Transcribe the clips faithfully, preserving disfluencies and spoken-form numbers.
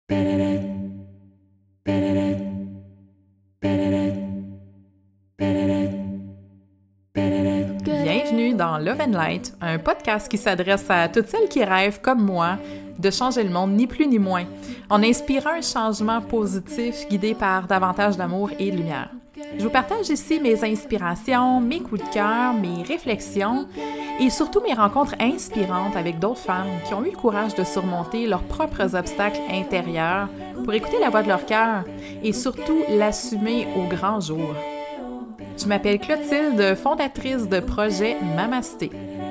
Bienvenue dans Love and Light, un podcast qui s'adresse à toutes celles qui rêvent, comme moi, de changer le monde, ni plus ni moins, en inspirant un changement positif guidé par davantage d'amour et de lumière. Je vous partage ici mes inspirations, mes coups de cœur, mes réflexions et surtout mes rencontres inspirantes avec d'autres femmes qui ont eu le courage de surmonter leurs propres obstacles intérieurs pour écouter la voix de leur cœur et surtout l'assumer au grand jour. Je m'appelle Clotilde, fondatrice de projet Mamasté.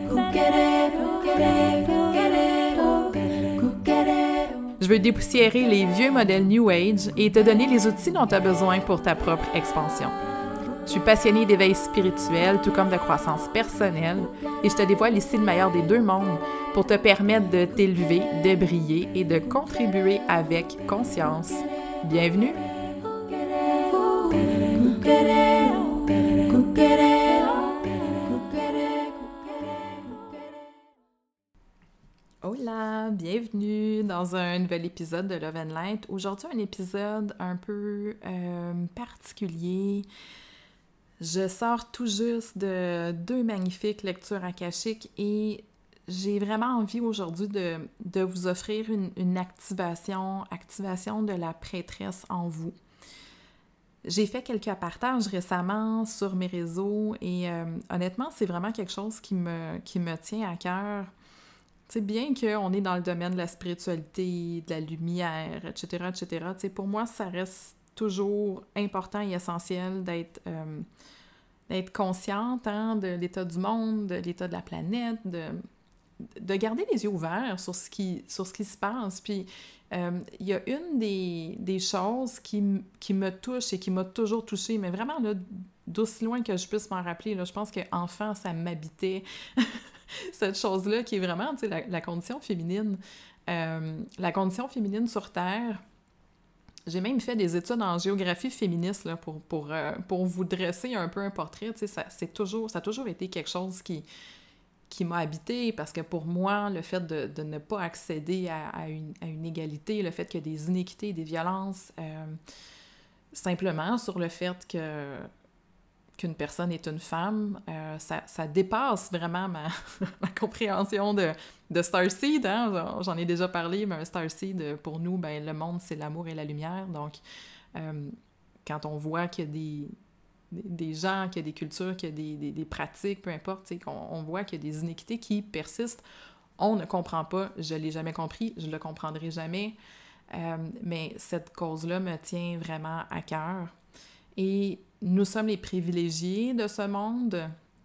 Je veux dépoussiérer les vieux modèles New Age et te donner les outils dont tu as besoin pour ta propre expansion. Je suis passionnée d'éveil spirituel, tout comme de croissance personnelle, et je te dévoile ici le meilleur des deux mondes pour te permettre de t'élever, de briller et de contribuer avec conscience. Bienvenue! Hola, bienvenue dans un nouvel épisode de Love and Light. Aujourd'hui, un épisode un peu euh, particulier. Je sors tout juste de deux magnifiques lectures akashiques et j'ai vraiment envie aujourd'hui de, de vous offrir une, une activation, activation de la prêtresse en vous. J'ai fait quelques partages récemment sur mes réseaux et euh, honnêtement, c'est vraiment quelque chose qui me, qui me tient à cœur. Tu sais, bien qu'on est dans le domaine de la spiritualité, de la lumière, et cetera, et cetera, tu sais, pour moi, ça reste toujours important et essentiel d'être, euh, d'être consciente hein, de l'état du monde, de l'état de la planète, de, de garder les yeux ouverts sur ce qui, sur ce qui se passe. Puis, euh, il y a une des, des choses qui, qui me touche et qui m'a toujours touchée, mais vraiment, là, d'aussi loin que je puisse m'en rappeler, là, je pense qu'enfant, ça m'habitait. Cette chose-là qui est vraiment, tu sais, la, la condition féminine. Euh, la condition féminine sur Terre. J'ai même fait des études en géographie féministe là, pour, pour, euh, pour vous dresser un peu un portrait. Tu sais, ça, c'est toujours, ça a toujours été quelque chose qui, qui m'a habité parce que pour moi, le fait de, de ne pas accéder à, à, une, à une égalité, le fait qu'il y a des inéquités, des violences, euh, simplement sur le fait que qu'une personne est une femme, euh, ça, ça dépasse vraiment ma, ma compréhension de, de Starseed. Hein? J'en ai déjà parlé, mais un Starseed, pour nous, ben, le monde, c'est l'amour et la lumière. Donc, euh, quand on voit qu'il y a des, des, des gens, qu'il y a des cultures, qu'il y a des, des, des pratiques, peu importe, qu'on on voit qu'il y a des inéquités qui persistent, on ne comprend pas. Je ne l'ai jamais compris, je ne le comprendrai jamais. Euh, mais cette cause-là me tient vraiment à cœur. Et nous sommes les privilégiés de ce monde.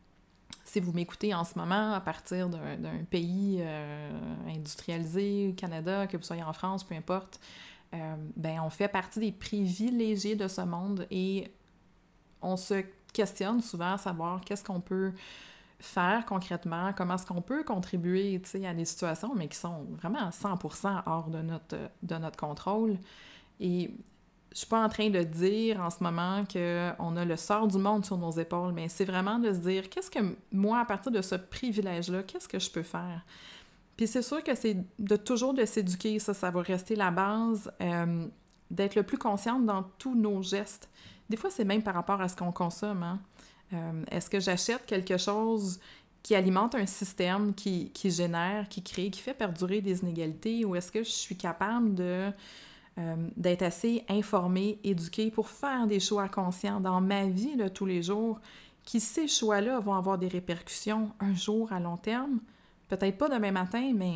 Si vous m'écoutez en ce moment à partir d'un, d'un pays euh, industrialisé, au Canada, que vous soyez en France, peu importe, euh, ben on fait partie des privilégiés de ce monde et on se questionne souvent à savoir qu'est-ce qu'on peut faire concrètement, comment est-ce qu'on peut contribuer à des situations, mais qui sont vraiment à cent pour cent hors de notre, de notre contrôle. Et je suis pas en train de dire en ce moment qu'on a le sort du monde sur nos épaules, mais c'est vraiment de se dire, qu'est-ce que moi, à partir de ce privilège-là, qu'est-ce que je peux faire? Puis c'est sûr que c'est de toujours de s'éduquer, ça, ça va rester la base, euh, d'être le plus consciente dans tous nos gestes. Des fois, c'est même par rapport à ce qu'on consomme. Hein? Euh, est-ce que j'achète quelque chose qui alimente un système, qui, qui génère, qui crée, qui fait perdurer des inégalités, ou est-ce que je suis capable de... Euh, d'être assez informée, éduquée pour faire des choix conscients dans ma vie là, tous les jours, qui ces choix-là vont avoir des répercussions un jour à long terme, peut-être pas demain matin, mais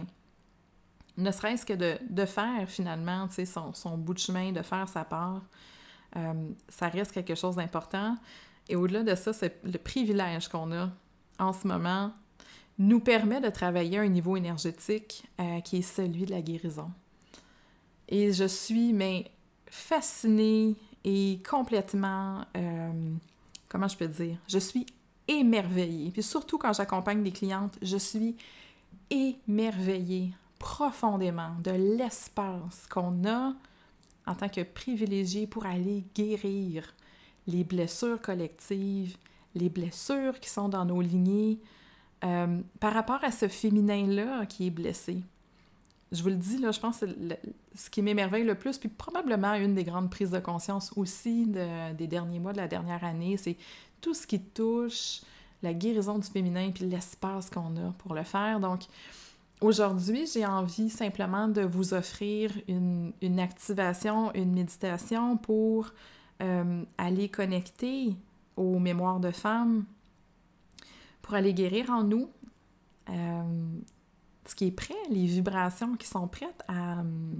ne serait-ce que de, de faire finalement son, son bout de chemin, de faire sa part, euh, ça reste quelque chose d'important. Et au-delà de ça, c'est le privilège qu'on a en ce moment nous permet de travailler à un niveau énergétique euh, qui est celui de la guérison. Et je suis, mais, fascinée et complètement, euh, comment je peux dire, je suis émerveillée. Puis surtout quand j'accompagne des clientes, je suis émerveillée profondément de l'espace qu'on a en tant que privilégié pour aller guérir les blessures collectives, les blessures qui sont dans nos lignées, euh, par rapport à ce féminin-là qui est blessé. je vous le dis, là, je pense que c'est le- ce qui m'émerveille le plus, puis probablement une des grandes prises de conscience aussi de- des derniers mois, de la dernière année, c'est tout ce qui touche la guérison du féminin puis l'espace qu'on a pour le faire. Donc, aujourd'hui, j'ai envie simplement de vous offrir une, une activation, une méditation pour euh, aller connecter aux mémoires de femmes, pour aller guérir en nous euh, ce qui est prêt, les vibrations qui sont prêtes à...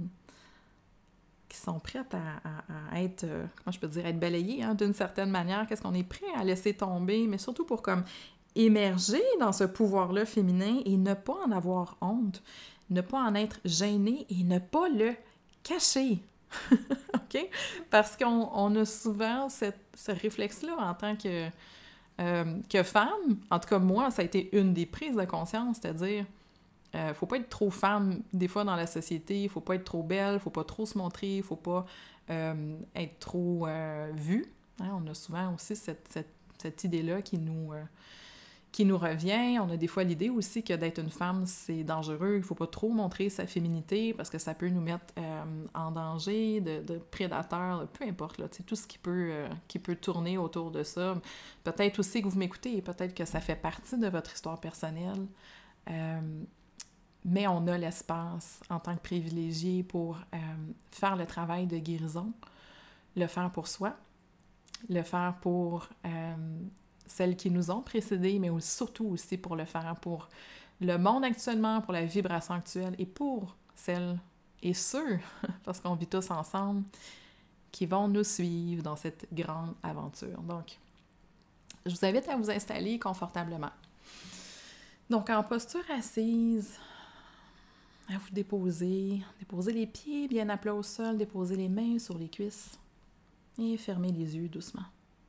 qui sont prêtes à, à- à être, euh, comment je peux dire, être balayées hein, d'une certaine manière, qu'est-ce qu'on est prêt à laisser tomber, mais surtout pour comme émerger dans ce pouvoir-là féminin et ne pas en avoir honte, ne pas en être gêné et ne pas le cacher. OK? Parce qu'on on a souvent cette, ce réflexe-là en tant que, euh, que femme. En tout cas, moi, ça a été une des prises de conscience, c'est-à-dire euh, faut pas être trop femme, des fois, dans la société. Faut pas être trop belle, faut pas trop se montrer, faut pas euh, être trop euh, vue. Hein, on a souvent aussi cette, cette, cette idée-là qui nous, euh, qui nous revient. On a des fois l'idée aussi que d'être une femme, c'est dangereux. Il faut pas trop montrer sa féminité parce que ça peut nous mettre euh, en danger de, de prédateurs, de peu importe, là, tout ce qui peut, euh, qui peut tourner autour de ça. Peut-être aussi que vous m'écoutez, peut-être que ça fait partie de votre histoire personnelle. Euh, Mais on a l'espace en tant que privilégié pour euh, faire le travail de guérison, le faire pour soi, le faire pour euh, celles qui nous ont précédées, mais aussi, surtout aussi pour le faire pour le monde actuellement, pour la vibration actuelle et pour celles et ceux, parce qu'on vit tous ensemble, qui vont nous suivre dans cette grande aventure. Donc, je vous invite à vous installer confortablement. Donc, en posture assise, à vous déposer, déposer les pieds bien à plat au sol, déposer les mains sur les cuisses et fermer les yeux doucement.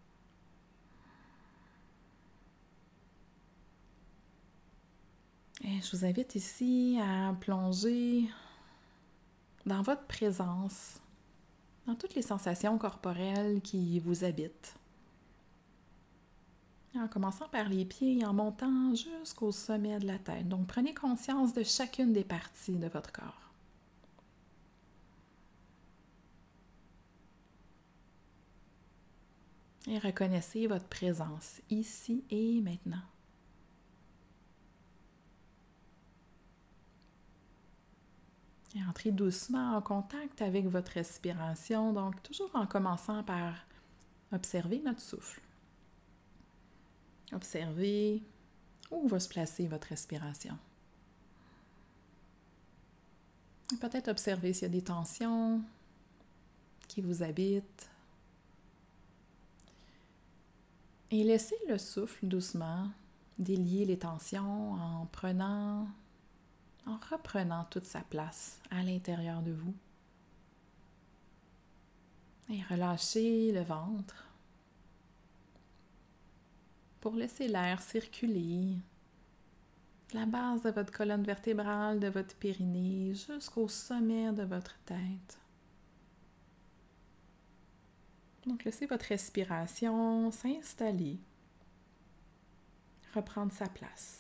Et je vous invite ici à plonger dans votre présence, dans toutes les sensations corporelles qui vous habitent. En commençant par les pieds et en montant jusqu'au sommet de la tête. Donc, prenez conscience de chacune des parties de votre corps. Et reconnaissez votre présence ici et maintenant. Et entrez doucement en contact avec votre respiration, donc toujours en commençant par observer notre souffle. Observez où va se placer votre respiration. Peut-être observer s'il y a des tensions qui vous habitent. Et laissez le souffle doucement délier les tensions en prenant, en reprenant toute sa place à l'intérieur de vous. Et relâchez le ventre pour laisser l'air circuler de la base de votre colonne vertébrale, de votre périnée, jusqu'au sommet de votre tête. Donc, laissez votre respiration s'installer, reprendre sa place.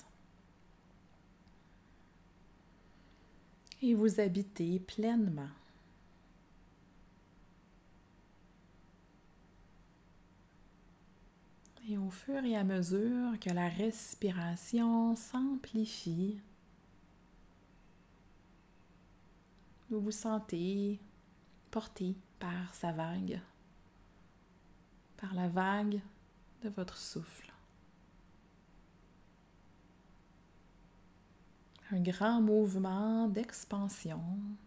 Et vous habiter pleinement. Et au fur et à mesure que la respiration s'amplifie, vous vous sentez porté par sa vague, par la vague de votre souffle. Un grand mouvement d'expansion,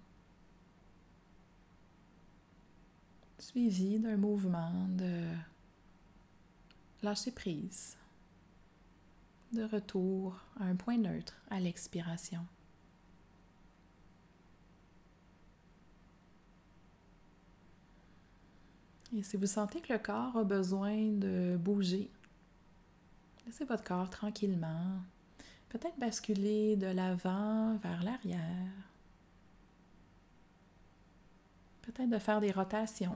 suivi d'un mouvement de lâcher prise, de retour à un point neutre à l'expiration. Et si vous sentez que le corps a besoin de bouger, laissez votre corps tranquillement, peut-être basculer de l'avant vers l'arrière, peut-être de faire des rotations.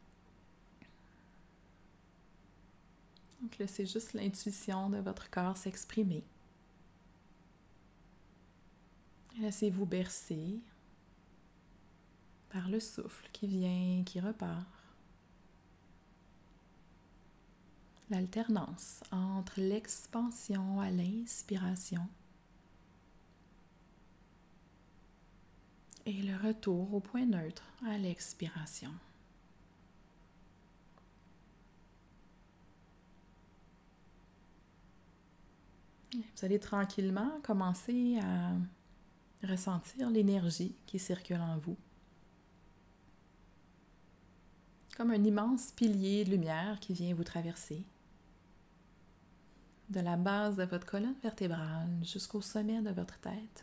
Donc, laissez juste l'intuition de votre corps s'exprimer. Laissez-vous bercer par le souffle qui vient, qui repart. L'alternance entre l'expansion à l'inspiration et le retour au point neutre à l'expiration. Vous allez tranquillement commencer à ressentir l'énergie qui circule en vous. Comme un immense pilier de lumière qui vient vous traverser. De la base de votre colonne vertébrale jusqu'au sommet de votre tête.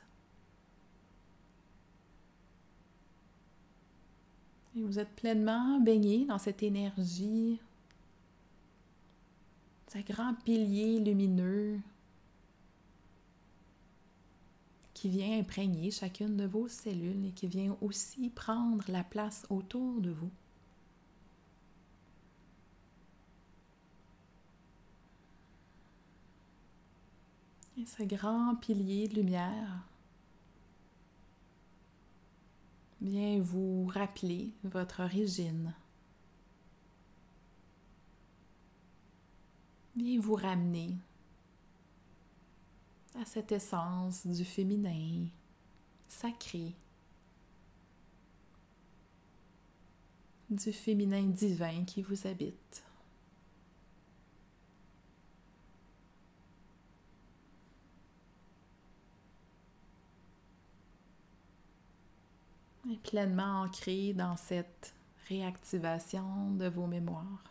Et vous êtes pleinement baigné dans cette énergie, ce grand pilier lumineux qui vient imprégner chacune de vos cellules et qui vient aussi prendre la place autour de vous. Et ce grand pilier de lumière vient vous rappeler votre origine, vient vous ramener à cette essence du féminin sacré, du féminin divin qui vous habite. Et pleinement ancré dans cette réactivation de vos mémoires.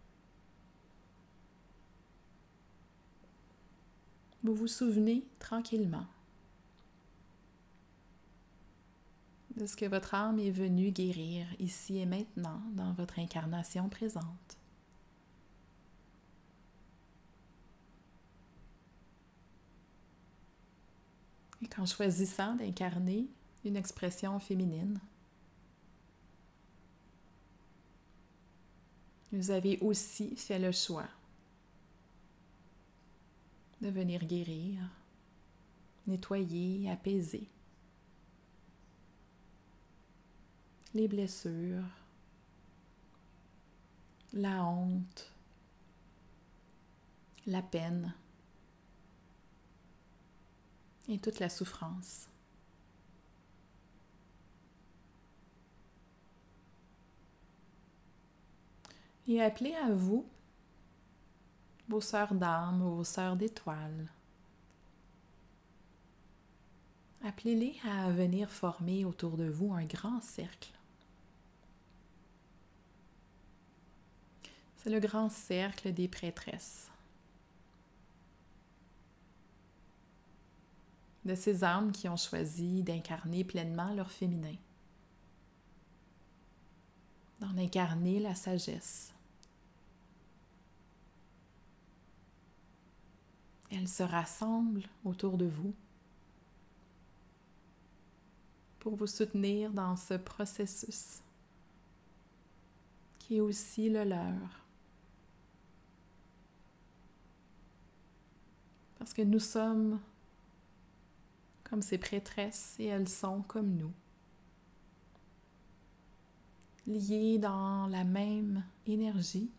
Vous vous souvenez tranquillement de ce que votre âme est venue guérir ici et maintenant dans votre incarnation présente. Et qu'en choisissant d'incarner une expression féminine, vous avez aussi fait le choix de venir guérir, nettoyer, apaiser les blessures, la honte, la peine et toute la souffrance. Et appelez à vous vos sœurs d'âme ou vos sœurs d'étoiles. Appelez-les à venir former autour de vous un grand cercle. C'est le grand cercle des prêtresses. De ces âmes qui ont choisi d'incarner pleinement leur féminin. D'en incarner la sagesse. Elles se rassemblent autour de vous pour vous soutenir dans ce processus qui est aussi le leur. Parce que nous sommes comme ces prêtresses et elles sont comme nous, liées dans la même énergie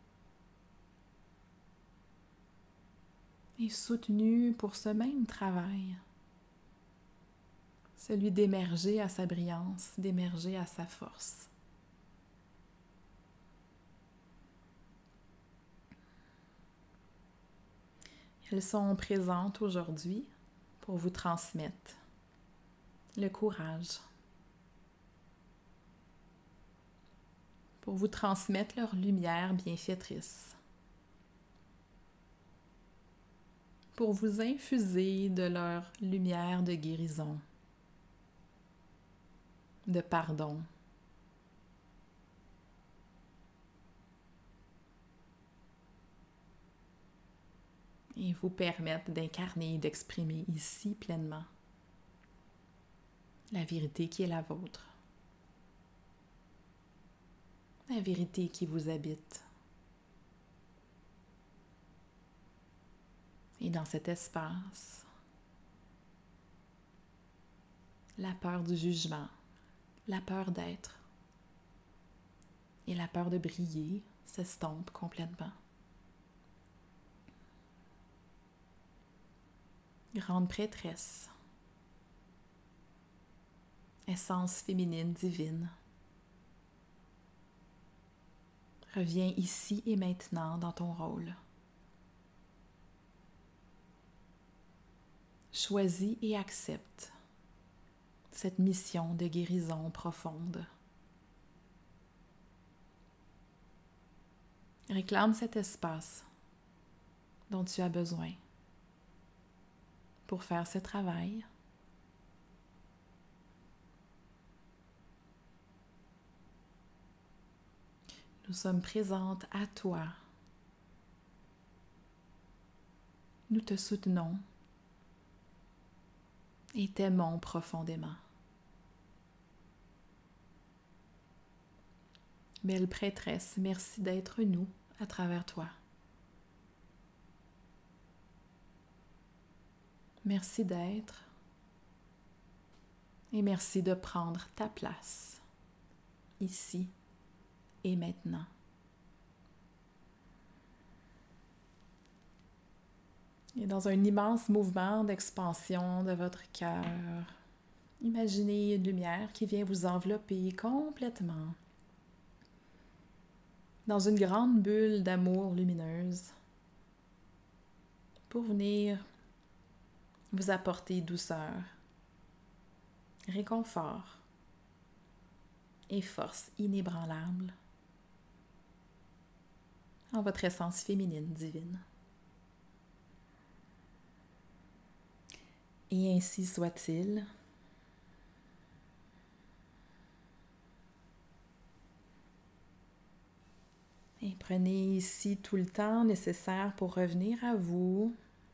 et soutenues pour ce même travail, celui d'émerger à sa brillance, d'émerger à sa force. Elles sont présentes aujourd'hui pour vous transmettre le courage, pour vous transmettre leur lumière bienfaitrice, pour vous infuser de leur lumière de guérison, de pardon. Et vous permettre d'incarner et d'exprimer ici pleinement la vérité qui est la vôtre, la vérité qui vous habite. Et dans cet espace, la peur du jugement la peur d'être et la peur de briller s'estompent complètement. Grande prêtresse, essence féminine divine, reviens ici et maintenant dans ton rôle. Choisis et accepte cette mission de guérison profonde. Réclame cet espace dont tu as besoin pour faire ce travail. Nous sommes présentes à toi. Nous te soutenons et t'aimons profondément. Belle prêtresse, merci d'être nous à travers toi. Merci d'être et merci de prendre ta place ici et maintenant. Et dans un immense mouvement d'expansion de votre cœur, imaginez une lumière qui vient vous envelopper complètement dans une grande bulle d'amour lumineuse pour venir vous apporter douceur, réconfort et force inébranlable en votre essence féminine divine. Et ainsi soit-il. Et prenez ici tout le temps nécessaire pour revenir à vous.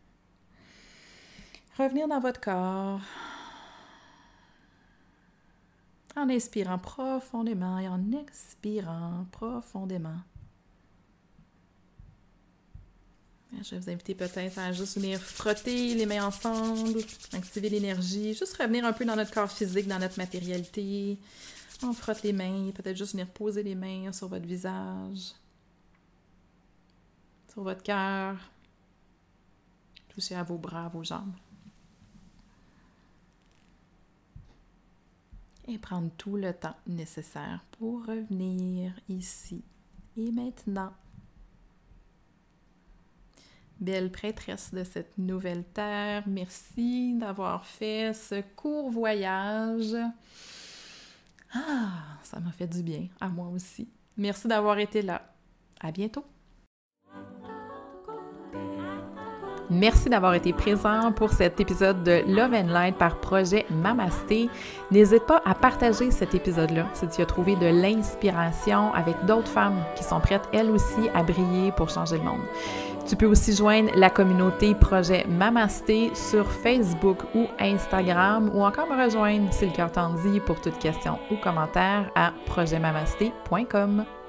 Revenir dans votre corps. En inspirant profondément et en expirant profondément. Je vais vous inviter peut-être à juste venir frotter les mains ensemble, activer l'énergie, juste revenir un peu dans notre corps physique, dans notre matérialité. On frotte les mains, peut-être juste venir poser les mains sur votre visage, sur votre cœur, toucher à vos bras, à vos jambes. Et prendre tout le temps nécessaire pour revenir ici et maintenant. Belle prêtresse de cette nouvelle terre, merci d'avoir fait ce court voyage. Ah, ça m'a fait du bien, à moi aussi. Merci d'avoir été là. À bientôt. Merci d'avoir été présent pour cet épisode de Love and Light par Projet Mamasté. N'hésite pas à partager cet épisode-là si tu as trouvé de l'inspiration avec d'autres femmes qui sont prêtes, elles aussi, à briller pour changer le monde. Tu peux aussi joindre la communauté Projet Mamasté sur Facebook ou Instagram ou encore me rejoindre si le cœur t'en dit pour toute question ou commentaire à projet mamasté point com.